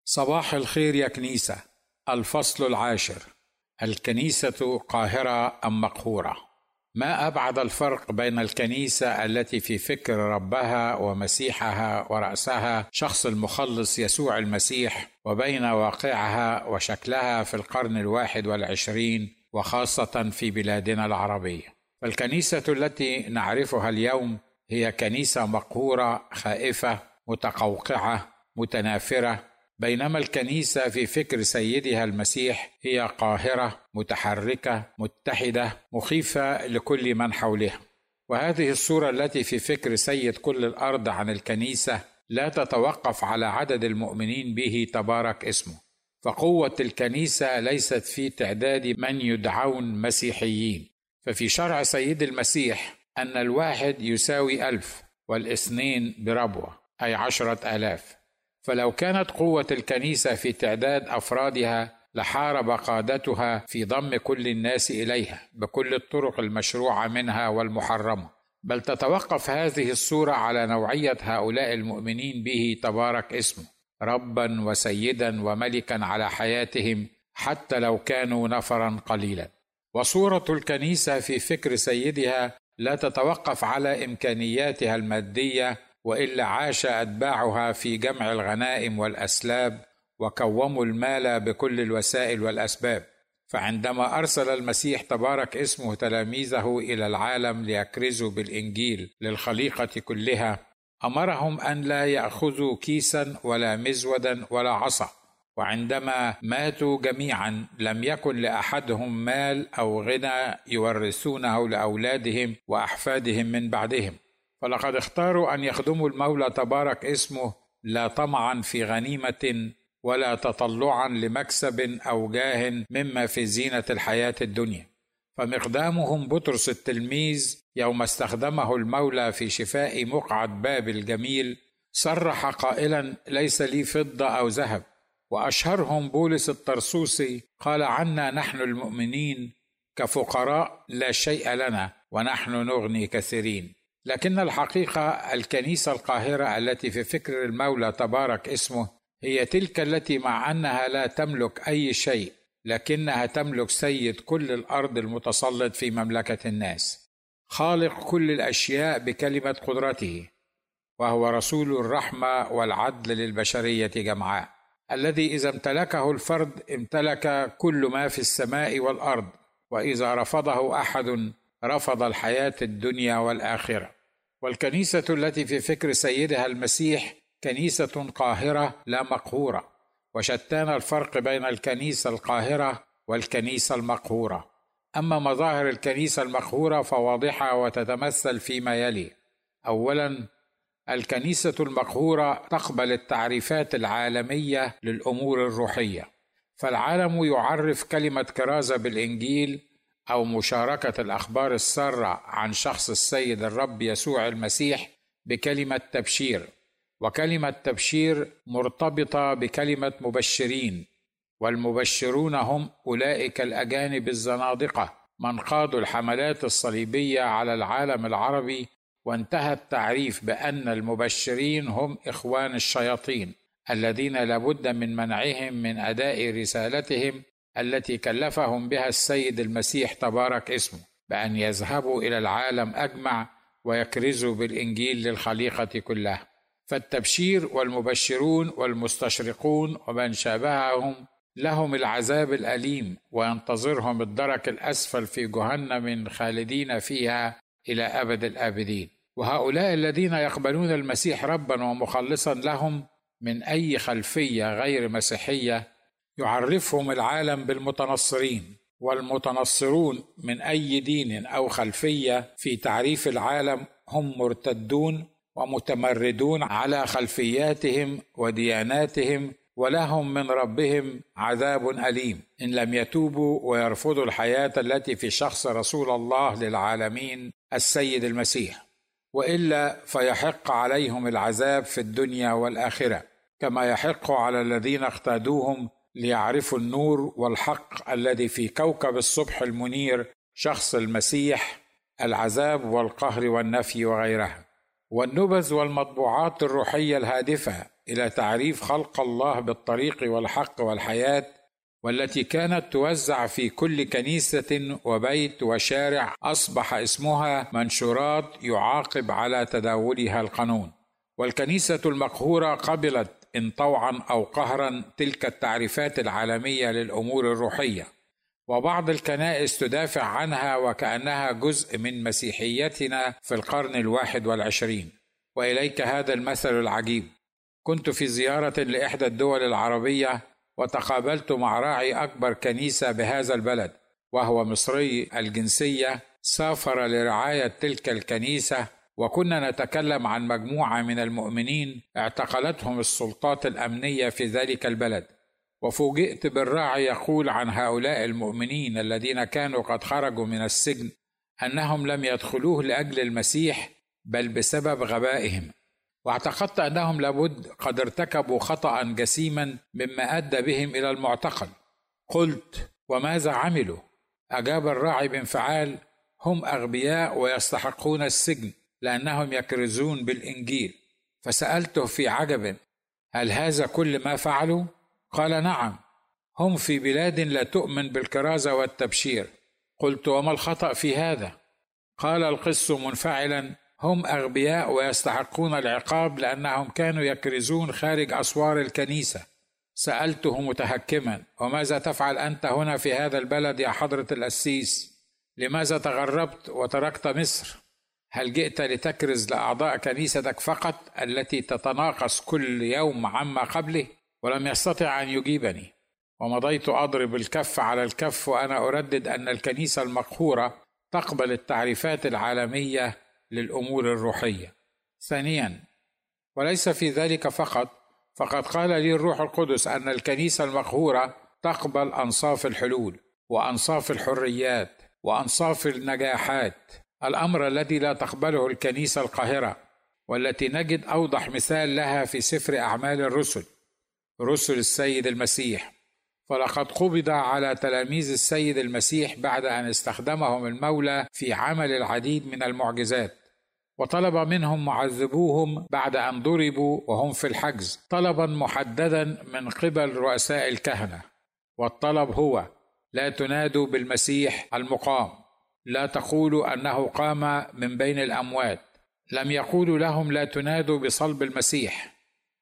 صباح الخير يا كنيسة. الفصل 10: الكنيسة قاهرة أم مقهورة؟ ما أبعد الفرق بين الكنيسة التي في فكر ربها ومسيحها ورأسها شخص المخلص يسوع المسيح، وبين واقعها وشكلها في القرن 21 وخاصة في بلادنا العربية. فالكنيسة التي نعرفها اليوم هي كنيسة مقهورة، خائفة، متقوقعة، متنافرة، بينما الكنيسة في فكر سيدها المسيح هي قاهرة، متحركة، متحدة، مخيفة لكل من حولها. وهذه الصورة التي في فكر سيد كل الأرض عن الكنيسة لا تتوقف على عدد المؤمنين به تبارك اسمه، فقوة الكنيسة ليست في تعداد من يدعون مسيحيين. ففي شرع سيد المسيح أن الواحد يساوي 1000 والاثنين بربوة، أي 10,000. فلو كانت قوة الكنيسة في تعداد أفرادها لحارب قادتها في ضم كل الناس إليها بكل الطرق المشروعة منها والمحرمة، بل تتوقف هذه الصورة على نوعية هؤلاء المؤمنين به تبارك اسمه ربا وسيدا وملكا على حياتهم، حتى لو كانوا نفرا قليلا. وصورة الكنيسة في فكر سيدها لا تتوقف على إمكانياتها المادية، وإلا عاش أتباعها في جمع الغنائم والأسلاب وكوموا المال بكل الوسائل والأسباب. فعندما أرسل المسيح تبارك اسمه تلاميذه إلى العالم ليكرزوا بالإنجيل للخليقة كلها، أمرهم أن لا يأخذوا كيسا ولا مزودا ولا عصا. وعندما ماتوا جميعا لم يكن لأحدهم مال أو غنى يورثونه لأولادهم وأحفادهم من بعدهم، فلقد اختاروا أن يخدموا المولى تبارك اسمه لا طمعا في غنيمة ولا تطلعا لمكسب أو جاه مما في زينة الحياة الدنيا. فمقدامهم بطرس التلميذ يوم استخدمه المولى في شفاء مقعد باب الجميل صرح قائلا: ليس لي فضة أو ذهب. وأشهرهم بولس الطرسوسي قال: عنا نحن المؤمنين كفقراء لا شيء لنا ونحن نغني كثيرين. لكن الحقيقة الكنيسة القاهرة التي في فكر المولى تبارك اسمه هي تلك التي مع أنها لا تملك أي شيء لكنها تملك سيد كل الأرض المتسلط في مملكة الناس، خالق كل الأشياء بكلمة قدرته، وهو رسول الرحمة والعدل للبشرية جمعاء، الذي إذا امتلكه الفرد امتلك كل ما في السماء والأرض، وإذا رفضه أحد رفض الحياة الدنيا والآخرة. والكنيسة التي في فكر سيدها المسيح كنيسة قاهرة لا مقهورة، وشتان الفرق بين الكنيسة القاهرة والكنيسة المقهورة. أما مظاهر الكنيسة المقهورة فواضحة وتتمثل فيما يلي: أولا، الكنيسة المقهورة تقبل التعريفات العالمية للأمور الروحية، فالعالم يعرف كلمة كرازة بالإنجيل أو مشاركة الأخبار السارة عن شخص السيد الرب يسوع المسيح بكلمة تبشير، وكلمة تبشير مرتبطة بكلمة مبشرين، والمبشرون هم أولئك الأجانب الزنادقة من قادوا الحملات الصليبية على العالم العربي. وانتهى التعريف بأن المبشرين هم إخوان الشياطين الذين لابد من منعهم من أداء رسالتهم التي كلفهم بها السيد المسيح تبارك اسمه، بأن يذهبوا إلى العالم أجمع ويكرزوا بالإنجيل للخليقة كلها. فالتبشير والمبشرون والمستشرقون ومن شابههم لهم العذاب الأليم، وينتظرهم الدرك الأسفل في جهنم خالدين فيها إلى أبد الآبدين. وهؤلاء الذين يقبلون المسيح ربا ومخلصا لهم من أي خلفية غير مسيحية يعرفهم العالم بالمتنصرين، والمتنصرون من أي دين أو خلفية في تعريف العالم هم مرتدون ومتمردون على خلفياتهم ودياناتهم، ولهم من ربهم عذاب أليم إن لم يتوبوا ويرفضوا الحياة التي في شخص رسول الله للعالمين السيد المسيح، وإلا فيحق عليهم العذاب في الدنيا والآخرة، كما يحق على الذين اقتادوهم ليعرفوا النور والحق الذي في كوكب الصبح المنير شخص المسيح، العذاب والقهر والنفي وغيرها. والنبذ والمطبوعات الروحية الهادفة إلى تعريف خلق الله بالطريق والحق والحياة، والتي كانت توزع في كل كنيسة وبيت وشارع أصبح اسمها منشورات يعاقب على تداولها القانون. والكنيسة المقهورة قبلت إن طوعا أو قهرا تلك التعريفات العالمية للأمور الروحية، وبعض الكنائس تدافع عنها وكأنها جزء من مسيحيتنا في القرن 21. وإليك هذا المثل العجيب: كنت في زيارة لإحدى الدول العربية، وتقابلت مع راعي أكبر كنيسة بهذا البلد، وهو مصري الجنسية، سافر لرعاية تلك الكنيسة، وكنا نتكلم عن مجموعة من المؤمنين اعتقلتهم السلطات الأمنية في ذلك البلد. وفوجئت بالراعي يقول عن هؤلاء المؤمنين الذين كانوا قد خرجوا من السجن أنهم لم يدخلوه لأجل المسيح بل بسبب غبائهم، واعتقدت أنهم لابد قد ارتكبوا خطأ جسيما مما أدى بهم إلى المعتقل. قلت: وماذا عملوا؟ أجاب الراعي بانفعال: هم أغبياء ويستحقون السجن لأنهم يكرزون بالإنجيل. فسألته في عجب: هل هذا كل ما فعلوا؟ قال: نعم، هم في بلاد لا تؤمن بالكرازة والتبشير. قلت: وما الخطأ في هذا؟ قال القس منفعلا: هم أغبياء ويستحقون العقاب لأنهم كانوا يكرزون خارج أسوار الكنيسة. سألته متهكما: وماذا تفعل أنت هنا في هذا البلد يا حضرة القسيس؟ لماذا تغربت وتركت مصر؟ هل جئت لتكرز لأعضاء كنيستك فقط التي تتناقص كل يوم عما قبله؟ ولم يستطع أن يجيبني، ومضيت أضرب الكف على الكف وأنا أردد أن الكنيسة المقهورة تقبل التعريفات العالمية للأمور الروحية. ثانيا، وليس في ذلك فقط، فقد قال لي الروح القدس أن الكنيسة المقهورة تقبل أنصاف الحلول وأنصاف الحريات وأنصاف النجاحات، الأمر الذي لا تقبله الكنيسة القاهرة، والتي نجد أوضح مثال لها في سفر أعمال الرسل، رسل السيد المسيح. فلقد قبض على تلاميذ السيد المسيح بعد أن استخدمهم المولى في عمل العديد من المعجزات، وطلب منهم معذبوهم بعد أن ضربوا وهم في الحجز طلبا محددا من قبل رؤساء الكهنة، والطلب هو: لا تنادوا بالمسيح المقام، لا تقولوا أنه قام من بين الأموات. لم يقولوا لهم لا تنادوا بصلب المسيح،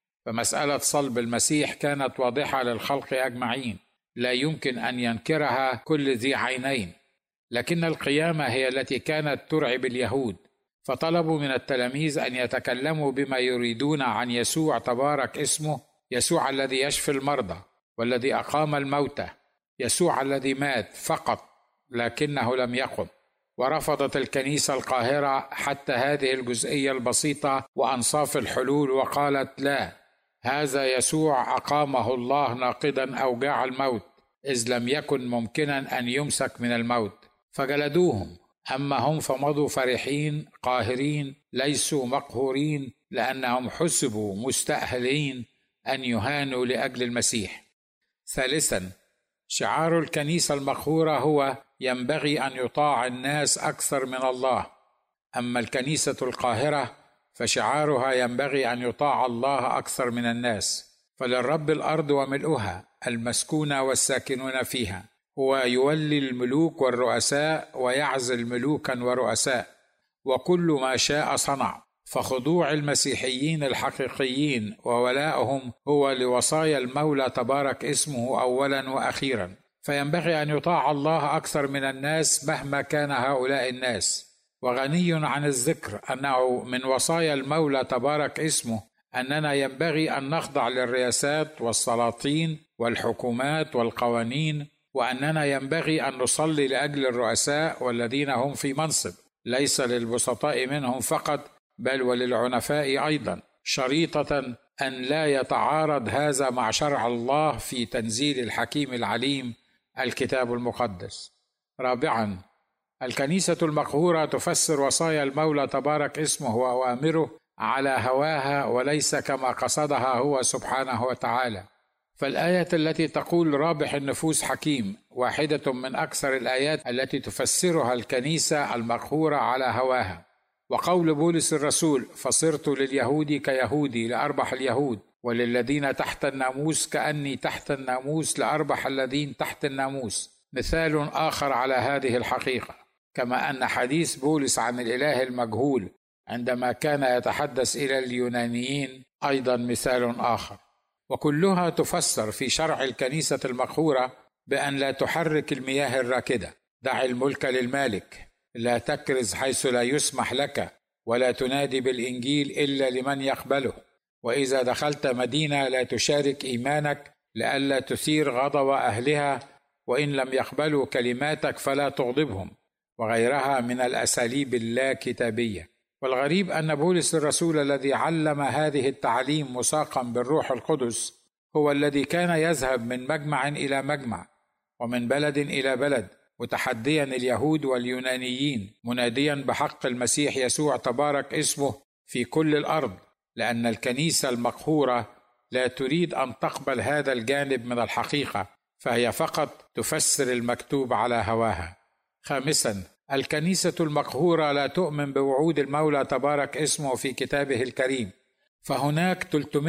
فمسألة صلب المسيح كانت واضحة للخلق أجمعين، لا يمكن أن ينكرها كل ذي عينين، لكن القيامة هي التي كانت ترعب اليهود، فطلبوا من التلاميذ أن يتكلموا بما يريدون عن يسوع تبارك اسمه، يسوع الذي يشفي المرضى والذي أقام الموتى، يسوع الذي مات فقط لكنه لم يقم. ورفضت الكنيسة القاهرة حتى هذه الجزئية البسيطة وأنصاف الحلول، وقالت: لا، هذا يسوع أقامه الله ناقضا أوجاع الموت، إذ لم يكن ممكنا أن يمسك من الموت، فجلدوهم. أما هم فمضوا فرحين قاهرين ليسوا مقهورين، لأنهم حسبوا مستأهلين أن يهانوا لأجل المسيح. ثالثا، شعار الكنيسة المقهورة هو: ينبغي أن يطاع الناس أكثر من الله. أما الكنيسة القاهرة فشعارها: ينبغي أن يطاع الله أكثر من الناس، فللرب الأرض وملؤها المسكونة والساكنون فيها، هو يولي الملوك والرؤساء ويعزل ملوكا ورؤساء، وكل ما شاء صنع. فخضوع المسيحيين الحقيقيين وولائهم هو لوصايا المولى تبارك اسمه أولا وأخيرا، فينبغي أن يطاع الله أكثر من الناس مهما كان هؤلاء الناس. وغني عن الذكر أنه من وصايا المولى تبارك اسمه أننا ينبغي أن نخضع للرئاسات والسلاطين والحكومات والقوانين، وأننا ينبغي أن نصلي لأجل الرؤساء والذين هم في منصب، ليس للبسطاء منهم فقط بل وللعنفاء أيضا، شريطة أن لا يتعارض هذا مع شرع الله في تنزيل الحكيم العليم الكتاب المقدس. رابعا، الكنيسة المقهورة تفسر وصايا المولى تبارك اسمه وأوامره على هواها وليس كما قصدها هو سبحانه وتعالى. فالآية التي تقول رابح النفوس حكيم واحدة من أكثر الآيات التي تفسرها الكنيسة المقهورة على هواها. وقول بولس الرسول: فصرت لليهود كيهودي لأربح اليهود، وللذين تحت الناموس كأني تحت الناموس لأربح الذين تحت الناموس. مثال آخر على هذه الحقيقة، كما أن حديث بولس عن الإله المجهول عندما كان يتحدث إلى اليونانيين أيضا مثال آخر. وكلها تفسر في شرع الكنيسة المقهورة بأن لا تحرك المياه الراكدة، دع الملك للمالك، لا تكرز حيث لا يسمح لك، ولا تنادي بالإنجيل إلا لمن يقبله، وإذا دخلت مدينة لا تشارك إيمانك لئلا تثير غضب أهلها، وإن لم يقبلوا كلماتك فلا تغضبهم، وغيرها من الأساليب اللا كتابية. والغريب أن بولس الرسول الذي علم هذه التعليم مساقا بالروح القدس هو الذي كان يذهب من مجمع إلى مجمع ومن بلد إلى بلد متحديا اليهود واليونانيين، مناديا بحق المسيح يسوع تبارك اسمه في كل الأرض، لأن الكنيسة المقهورة لا تريد أن تقبل هذا الجانب من الحقيقة، فهي فقط تفسر المكتوب على هواها. خامسا، الكنيسة المقهورة لا تؤمن بوعود المولى تبارك اسمه في كتابه الكريم، فهناك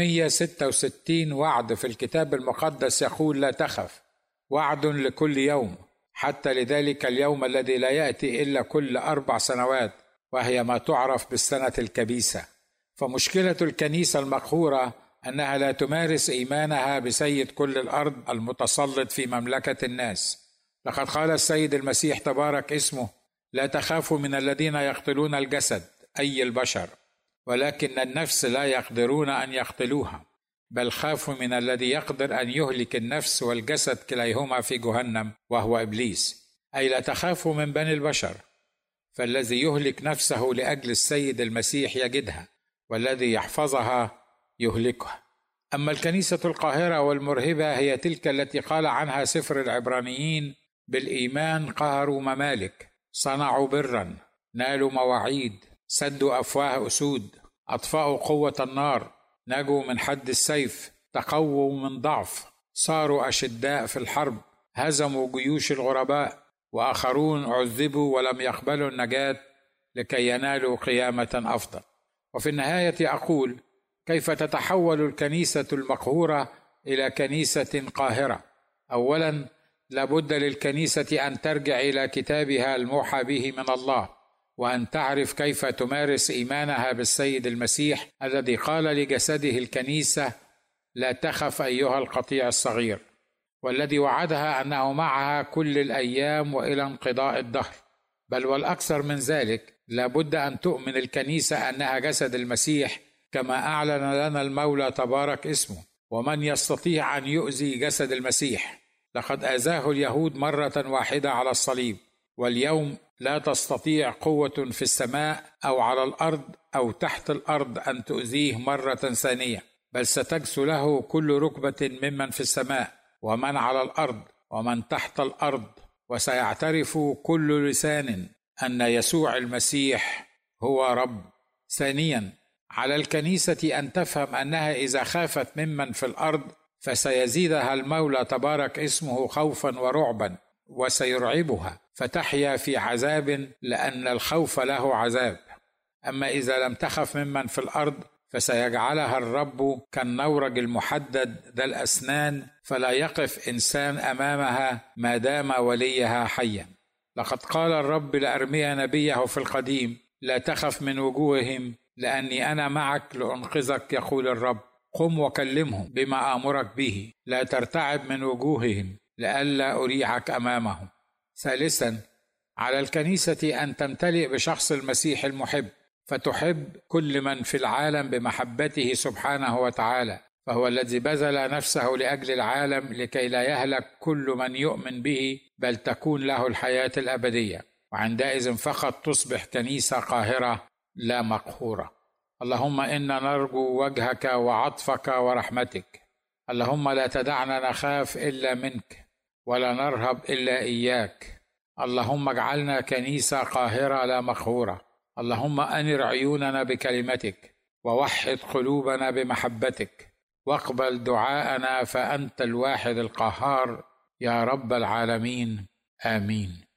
366 وعد في الكتاب المقدس يقول لا تخف، وعد لكل يوم، حتى لذلك اليوم الذي لا يأتي إلا كل 4 سنوات، وهي ما تعرف بالسنة الكبيسة. فمشكلة الكنيسة المقهورة أنها لا تمارس إيمانها بسيد كل الأرض المتسلط في مملكة الناس. لقد قال السيد المسيح تبارك اسمه: لا تخافوا من الذين يقتلون الجسد أي البشر، ولكن النفس لا يقدرون أن يقتلوها، بل خافوا من الذي يقدر أن يهلك النفس والجسد كليهما في جهنم، وهو إبليس. أي لا تخافوا من بني البشر، فالذي يهلك نفسه لأجل السيد المسيح يجدها، والذي يحفظها يهلكها. أما الكنيسة القاهرة والمرهبة هي تلك التي قال عنها سفر العبرانيين: بالإيمان قهروا ممالك، صنعوا برا، نالوا مواعيد، سدوا أفواه أسود، أطفأوا قوة النار، نجوا من حد السيف، تقووا من ضعف، صاروا أشداء في الحرب، هزموا جيوش الغرباء، وآخرون عذبوا ولم يقبلوا النجاة لكي ينالوا قيامة أفضل. وفي النهاية أقول: كيف تتحول الكنيسة المقهورة إلى كنيسة قاهرة؟ أولا، لابد للكنيسة أن ترجع إلى كتابها الموحى به من الله، وأن تعرف كيف تمارس إيمانها بالسيد المسيح الذي قال لجسده الكنيسة: لا تخف أيها القطيع الصغير، والذي وعدها أنه معها كل الأيام وإلى انقضاء الدهر. بل والأكثر من ذلك، لابد أن تؤمن الكنيسة أنها جسد المسيح كما أعلن لنا المولى تبارك اسمه. ومن يستطيع أن يؤذي جسد المسيح؟ لقد آذاه اليهود مرة واحدة على الصليب، واليوم لا تستطيع قوة في السماء أو على الأرض أو تحت الأرض أن تؤذيه مرة ثانية، بل ستجثو له كل ركبة ممن في السماء ومن على الأرض ومن تحت الأرض، وسيعترف كل لسان أن يسوع المسيح هو رب. ثانيا، على الكنيسة أن تفهم أنها إذا خافت ممن في الأرض فسيزيدها المولى تبارك اسمه خوفا ورعبا، وسيرعبها فتحيا في عذاب، لأن الخوف له عذاب. أما إذا لم تخف ممن في الأرض فسيجعلها الرب كالنورج المحدد ذا الأسنان، فلا يقف إنسان أمامها ما دام وليها حيا. لقد قال الرب لأرميا نبيه في القديم: لا تخف من وجوههم لأني أنا معك لأنقذك، يقول الرب. قم وكلمهم بما آمرك به، لا ترتعب من وجوههم لئلا أريعك أمامهم. ثالثا، على الكنيسة أن تمتلئ بشخص المسيح المحب، فتحب كل من في العالم بمحبته سبحانه وتعالى، فهو الذي بذل نفسه لأجل العالم لكي لا يهلك كل من يؤمن به، بل تكون له الحياة الأبدية. وعندئذ فقط تصبح كنيسة قاهرة لا مقهورة. اللهم إنا نرجو وجهك وعطفك ورحمتك. اللهم لا تدعنا نخاف إلا منك ولا نرهب إلا إياك. اللهم اجعلنا كنيسة قاهرة لا مقهورة. اللهم أنر عيوننا بكلمتك، ووحد قلوبنا بمحبتك، واقبل دعاءنا، فأنت الواحد القهار يا رب العالمين. آمين.